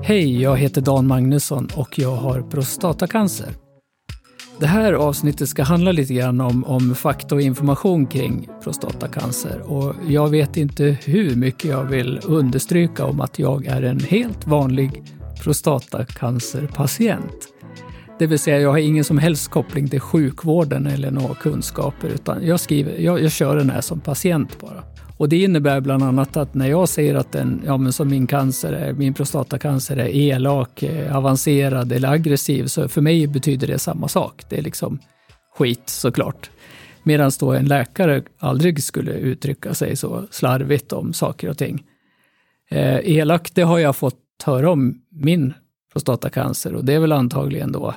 Hej, jag heter Dan Magnusson och jag har prostatacancer. Det här avsnittet ska handla lite grann om fakta och information kring prostatacancer. Och jag vet inte hur mycket jag vill understryka om att jag är en helt vanlig prostatacancerpatient. Det vill säga jag har ingen som helst koppling till sjukvården eller några kunskaper, utan jag kör den här som patient bara. Och det innebär bland annat att när jag säger att min prostatacancer är elak, avancerad eller aggressiv, så för mig betyder det samma sak. Det är liksom skit såklart. Medan då en läkare aldrig skulle uttrycka sig så slarvigt om saker och ting. Elak, det har jag fått höra om min prostatacancer, och det är väl antagligen då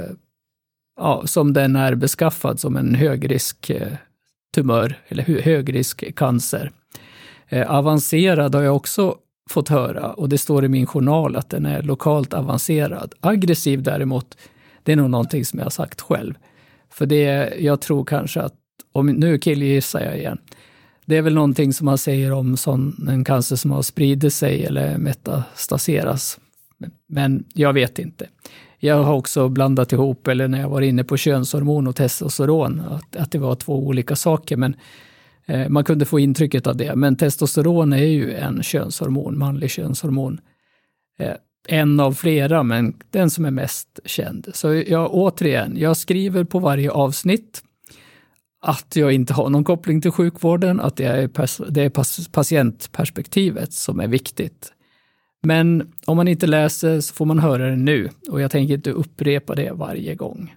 som den är beskaffad som en högrisk tumör eller högrisk cancer. Avancerad har jag också fått höra, och det står i min journal att den är lokalt avancerad. Aggressiv däremot, det är nog någonting som jag har sagt själv. För jag tror kanske att, nu killgissar jag igen, det är väl någonting som man säger om en cancer som har spridit sig eller metastaseras. Men jag vet inte. Jag har också blandat ihop, eller när jag var inne på könshormon och testosteron, att det var två olika saker, men man kunde få intrycket av det. Men testosteron är ju en könshormon, manlig könshormon. En av flera, men den som är mest känd. Så jag skriver på varje avsnitt att jag inte har någon koppling till sjukvården, att det är patientperspektivet som är viktigt. Men om man inte läser så får man höra det nu, och jag tänker inte upprepa det varje gång.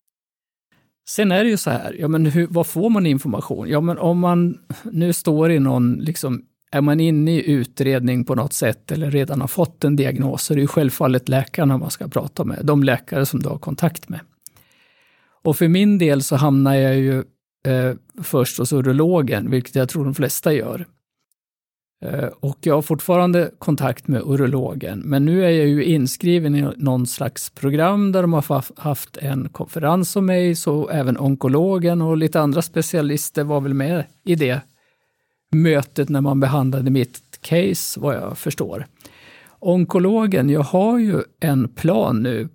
Sen är det ju så här, vad får man information? Ja, men om man nu står i någon, är man inne i utredning på något sätt eller redan har fått en diagnos, så är det ju självfallet läkarna man ska prata med, de läkare som du har kontakt med. Och för min del så hamnar jag ju först hos urologen, vilket jag tror de flesta gör. Och jag har fortfarande kontakt med urologen, men nu är jag ju inskriven i någon slags program där de har haft en konferens om mig, så även onkologen och lite andra specialister var väl med i det mötet när man behandlade mitt case, vad jag förstår. Onkologen, jag har ju en plan nu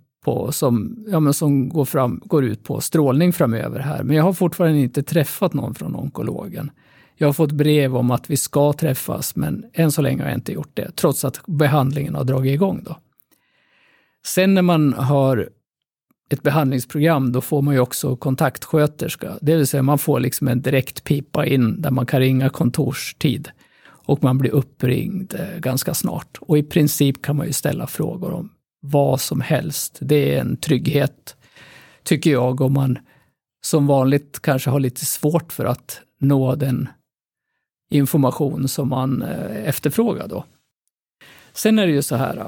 som går ut på strålning framöver här, men jag har fortfarande inte träffat någon från onkologen. Jag har fått brev om att vi ska träffas, men än så länge har jag inte gjort det, trots att behandlingen har dragit igång då. Sen när man har ett behandlingsprogram, då får man ju också kontaktsköterska. Det vill säga man får en direkt pipa in där man kan ringa kontorstid, och man blir uppringd ganska snart. Och i princip kan man ju ställa frågor om vad som helst. Det är en trygghet, tycker jag, om man som vanligt kanske har lite svårt för att nå den information som man efterfrågar då. Sen är det ju så här,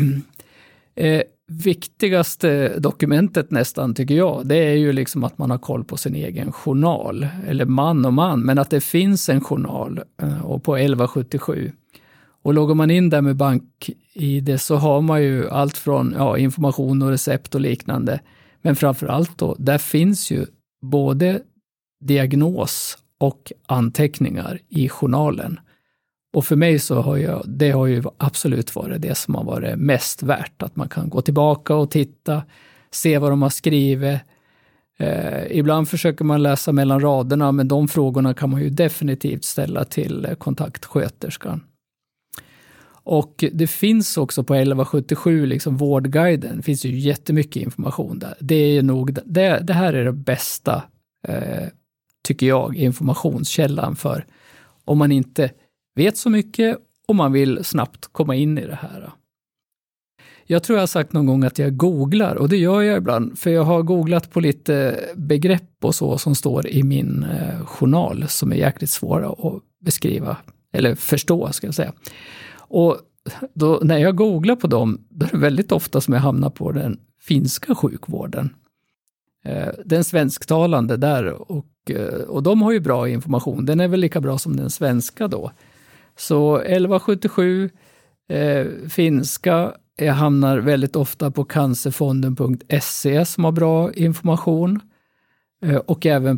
viktigaste dokumentet nästan, tycker jag, det är ju att man har koll på sin egen journal, eller man, men att det finns en journal och på 1177. Och loggar man in där med BankID så har man ju allt från information och recept och liknande, men framförallt då, där finns ju både diagnos och anteckningar i journalen. Och för mig så har det ju absolut varit det som har varit mest värt. Att man kan gå tillbaka och titta, se vad de har skrivit. Ibland försöker man läsa mellan raderna, men de frågorna kan man ju definitivt ställa till kontaktsköterskan. Och det finns också på 1177, vårdguiden, det finns ju jättemycket information där. Det är nog, det här är det bästa, tycker jag, informationskällan för om man inte vet så mycket och man vill snabbt komma in i det här. Jag tror jag har sagt någon gång att jag googlar, och det gör jag ibland, för jag har googlat på lite begrepp och så som står i min journal som är jäkligt svåra att beskriva, eller förstå ska jag säga. Och då, när jag googlar på dem, då är det väldigt ofta som jag hamnar på den finska sjukvården. Den svensktalande där, och de har ju bra information. Den är väl lika bra som den svenska då. Så 1177 finska, jag hamnar väldigt ofta på cancerfonden.se som har bra information, och även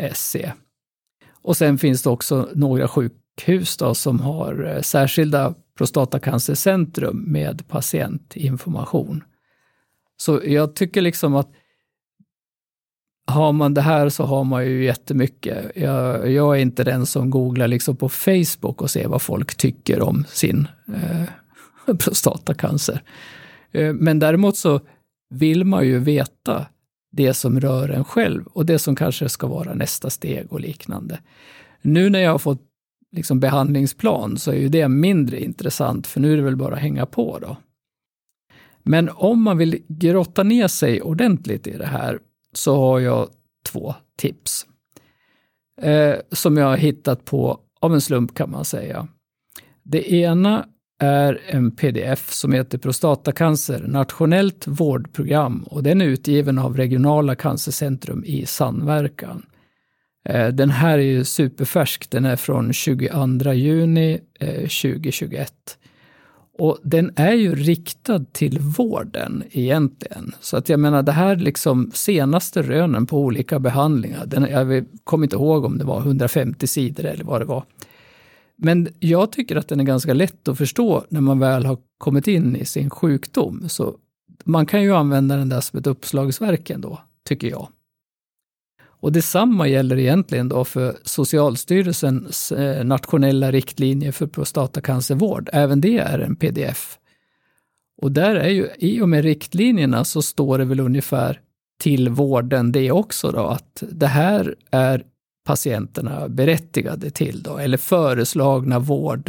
prostatacancerförbundet.se. Och sen finns det också några sjukhus då som har särskilda Prostatacancercentrum med patientinformation. Så jag tycker liksom att har man det här så har man ju jättemycket. Jag är inte den som googlar liksom på Facebook och ser vad folk tycker om sin prostatacancer. Men däremot så vill man ju veta det som rör en själv och det som kanske ska vara nästa steg och liknande. Nu när jag har fått liksom behandlingsplan så är ju det mindre intressant, för nu är det väl bara att hänga på då. Men om man vill grotta ner sig ordentligt i det här så har jag 2 tips som jag har hittat på av en slump, kan man säga. Det ena är en pdf som heter Prostatacancer, nationellt vårdprogram, och den är utgiven av regionala cancercentrum i samverkan. Den här är ju superfärsk, den är från 22 juni 2021. Och den är ju riktad till vården egentligen. Så att jag menar, det här liksom senaste rönen på olika behandlingar, jag kommer inte ihåg om det var 150 sidor eller vad det var. Men jag tycker att den är ganska lätt att förstå när man väl har kommit in i sin sjukdom. Så man kan ju använda den där som ett uppslagsverk ändå, tycker jag. Och detsamma gäller egentligen då för Socialstyrelsens nationella riktlinjer för prostatacancervård. Även det är en pdf. Och där är ju, i och med riktlinjerna så står det väl ungefär till vården det också då, att det här är patienterna berättigade till då, eller föreslagna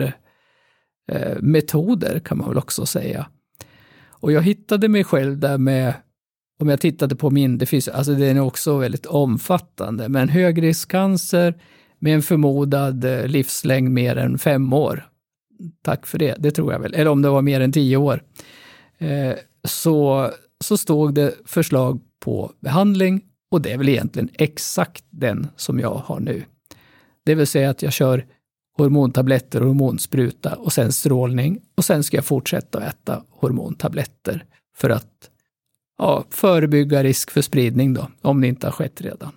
vårdmetoder kan man väl också säga. Och jag hittade mig själv där med, om jag tittade på min, det finns, alltså den är också väldigt omfattande, men högriskcancer med en förmodad livslängd mer än 5 år. Tack för det, det tror jag väl. Eller om det var mer än 10 år. Så stod det förslag på behandling, och det är väl egentligen exakt den som jag har nu. Det vill säga att jag kör hormontabletter och hormonspruta och sen strålning, och sen ska jag fortsätta äta hormontabletter för att förebygga risk för spridning då, om det inte har skett redan.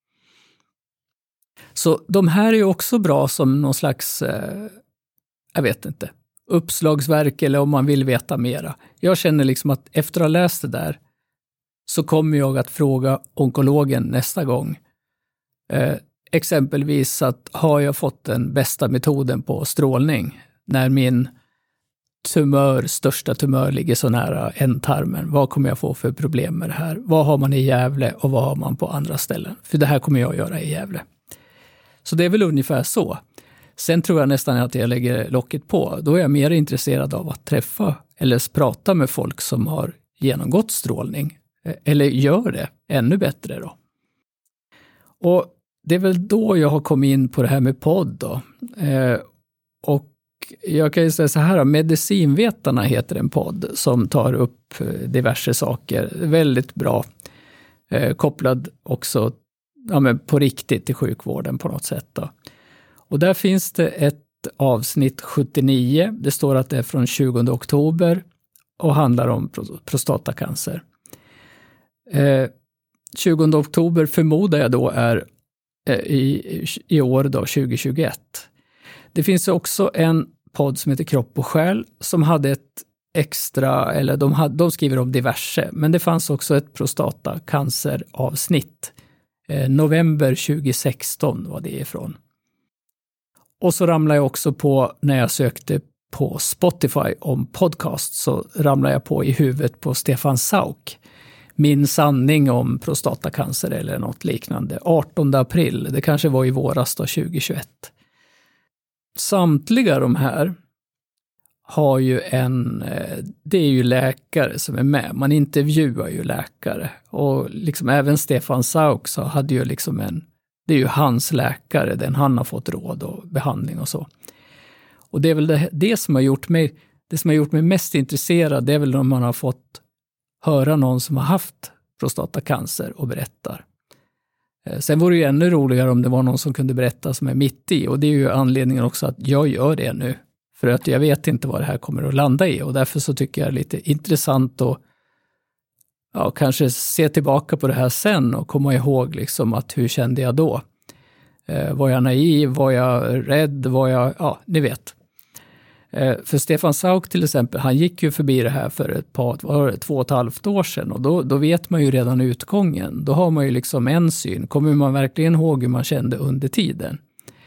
Så de här är ju också bra som någon slags, jag vet inte, uppslagsverk, eller om man vill veta mera. Jag känner liksom att efter att ha läst det där så kommer jag att fråga onkologen nästa gång. Exempelvis att har jag fått den bästa metoden på strålning när min största tumör ligger så nära ändtarmen. Vad kommer jag få för problem med det här? Vad har man i Gävle och vad har man på andra ställen? För det här kommer jag göra i Gävle. Så det är väl ungefär så. Sen tror jag nästan att jag lägger locket på. Då är jag mer intresserad av att träffa eller prata med folk som har genomgått strålning. Eller gör det ännu bättre då. Och det är väl då jag har kommit in på det här med podd då. Och jag kan ju säga så här, Medicinvetarna heter en podd som tar upp diverse saker. Väldigt bra. Kopplad också på riktigt till sjukvården på något sätt då. Och där finns det ett avsnitt 79. Det står att det är från 20 oktober och handlar om prostatacancer. 20 oktober förmodar jag då är i år då, 2021. Det finns också en podd som heter Kropp och själ som hade ett extra, eller de skriver om diverse, men det fanns också ett prostatacanceravsnitt. November 2016 var det ifrån. Och så ramlade jag också på, när jag sökte på Spotify om podcast, så ramlade jag på i huvudet på Stefan Sauk. Min sanning om prostatacancer eller något liknande. 18 april, det kanske var i våras då, 2021. Samtliga de här har ju det är ju läkare som är med. Man intervjuar ju läkare. Och liksom även Stefan Sauk så hade ju liksom det är ju hans läkare, den han har fått råd och behandling och så. Och det är väl det som har gjort mig mest intresserad, det är väl om man har fått höra någon som har haft prostatacancer och berättar. Sen vore det ju ännu roligare om det var någon som kunde berätta som är mitt i, och det är ju anledningen också att jag gör det nu. För att jag vet inte vad det här kommer att landa i, och därför så tycker jag det är lite intressant att kanske se tillbaka på det här sen och komma ihåg liksom att hur kände jag då? Var jag naiv? Var jag rädd? Ni vet. För Stefan Sauk till exempel, han gick ju förbi det här för 2,5 år sedan och då vet man ju redan utgången. Då har man ju liksom en syn. Kommer man verkligen ihåg hur man kände under tiden?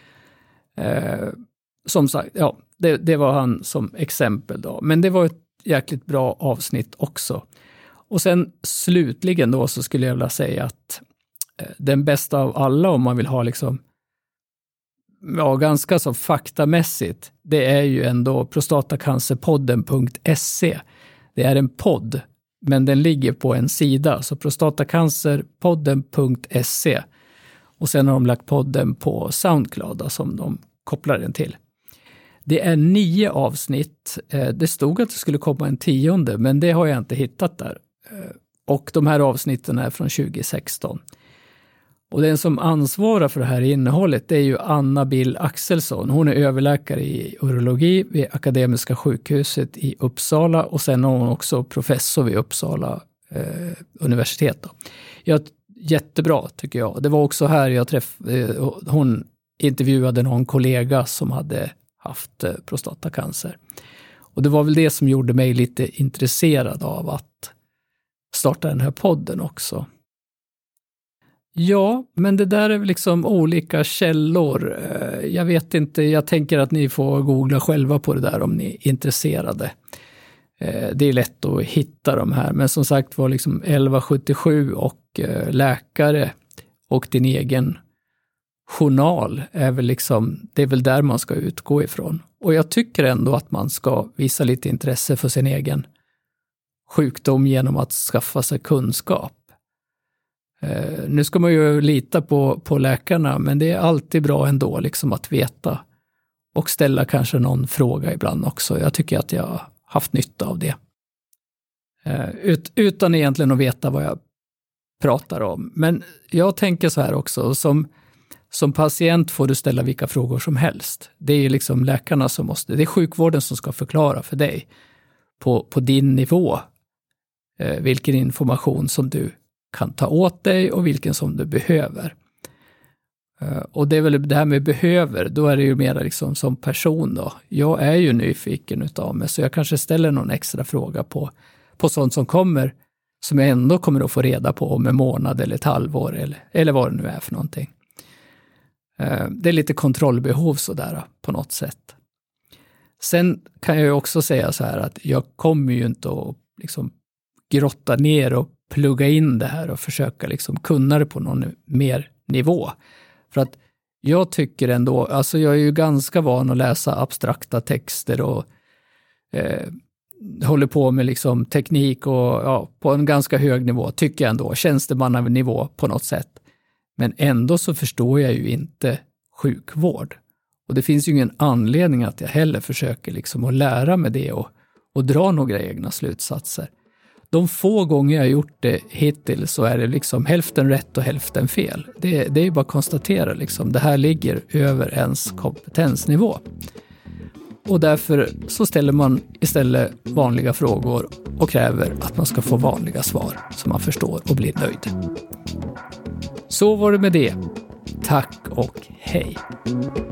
Som sagt, ja, det var han som exempel då. Men det var ett jäkligt bra avsnitt också. Och sen slutligen då så skulle jag vilja säga att den bästa av alla, om man vill ha liksom ganska så faktamässigt, det är ju ändå prostatacancerpodden.se. Det är en podd, men den ligger på en sida, så prostatacancerpodden.se. Och sen har de lagt podden på SoundCloud som de kopplar den till. Det är 9 avsnitt. Det stod att det skulle komma en 10:e, men det har jag inte hittat där. Och de här avsnitten är från 2016. Och den som ansvarar för det här innehållet, det är ju Anna Bill Axelsson. Hon är överläkare i urologi vid Akademiska sjukhuset i Uppsala, och sen är hon också professor vid Uppsala universitet. Då. Jättebra tycker jag. Det var också här hon intervjuade någon kollega som hade haft prostatacancer. Och det var väl det som gjorde mig lite intresserad av att starta den här podden också. Ja, men det där är väl liksom olika källor. Jag vet inte, jag tänker att ni får googla själva på det där om ni är intresserade. Det är lätt att hitta de här, men som sagt var liksom 1177 och läkare och din egen journal är väl liksom, det är väl där man ska utgå ifrån. Och jag tycker ändå att man ska visa lite intresse för sin egen sjukdom genom att skaffa sig kunskap. Nu ska man ju lita på läkarna, men det är alltid bra ändå liksom att veta och ställa kanske någon fråga ibland också. Jag tycker att jag har haft nytta av det. Utan egentligen att veta vad jag pratar om. Men jag tänker så här också, som patient får du ställa vilka frågor som helst. Det är liksom läkarna som måste, det är sjukvården som ska förklara för dig på din nivå vilken information som du kan ta åt dig och vilken som du behöver. Och det är väl det här med behöver, då är det ju mer liksom som person då. Jag är ju nyfiken utav mig, så jag kanske ställer någon extra fråga på sånt som kommer, som jag ändå kommer att få reda på om en månad eller ett halvår eller vad det nu är för någonting. Det är lite kontrollbehov sådär på något sätt. Sen kan jag ju också säga så här att jag kommer ju inte att liksom grotta ner och plugga in det här och försöka liksom kunna det på någon mer nivå. För att jag tycker ändå, alltså jag är ju ganska van att läsa abstrakta texter och håller på med liksom teknik och på en ganska hög nivå, tycker jag ändå, tjänstemannanivå på något sätt. Men ändå så förstår jag ju inte sjukvård. Och det finns ju ingen anledning att jag heller försöker liksom att lära mig det och dra några egna slutsatser. De få gånger jag har gjort det hittills så är det liksom hälften rätt och hälften fel. Det är ju bara att konstatera liksom, det här ligger över ens kompetensnivå. Och därför så ställer man istället vanliga frågor och kräver att man ska få vanliga svar som man förstår och blir nöjd. Så var det med det. Tack och hej!